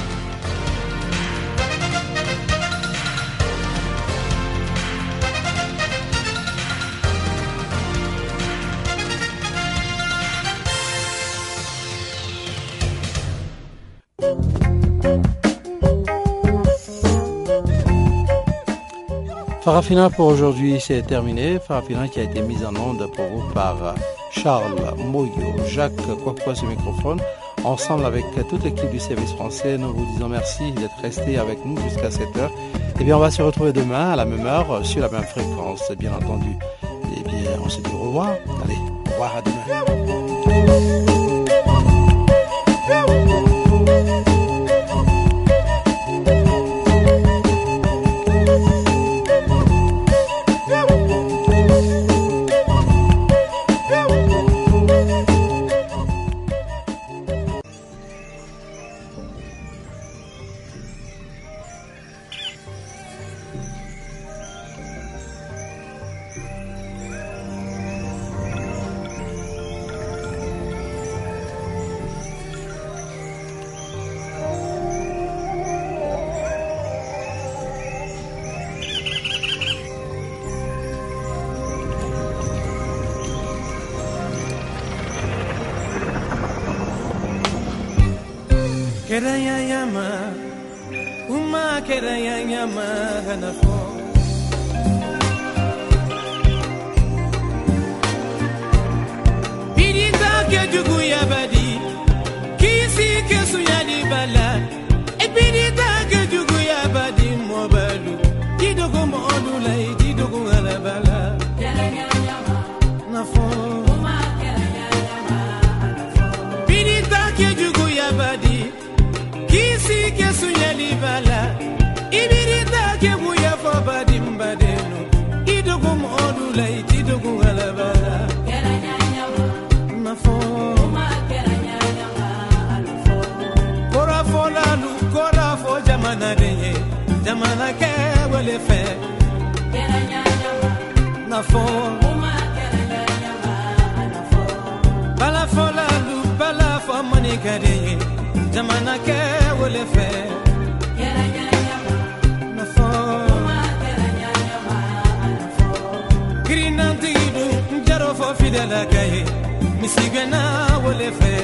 Farafina pour aujourd'hui, c'est terminé. Farafina qui a été mise en onde pour vous par Charles Moyo, Jacques Kwakwa ce microphone. Ensemble avec toute l'équipe du service français, nous vous disons merci d'être restés avec nous jusqu'à sept heures. Et bien on va se retrouver demain à la même heure, sur la même fréquence, bien entendu. Et bien on se dit au revoir. Allez, au revoir, à demain. Keraya yama, uma keraya yama hanafo. Pirita ke Jamana ke wele fe na fo bala fo la lu bala fo mani kade jamana ke wele fe na fo grinanti du jaro fo fidela kay misigena wele fe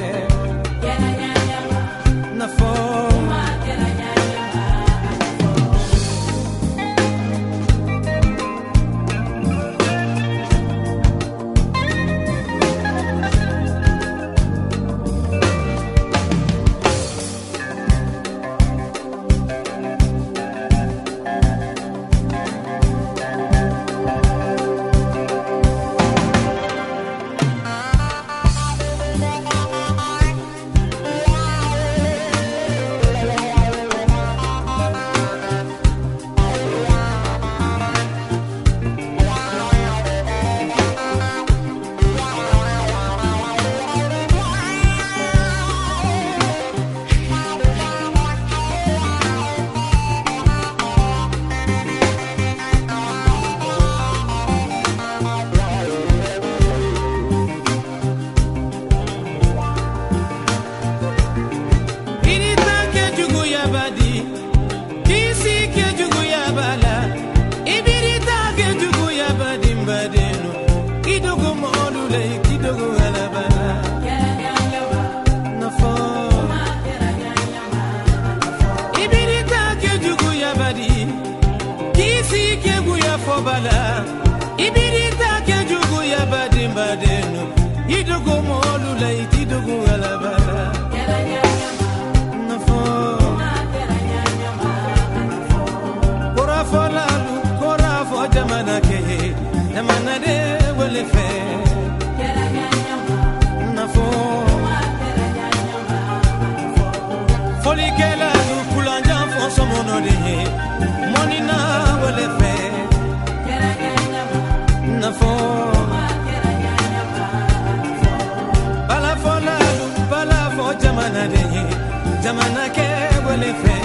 na fo Jamana ke wele fe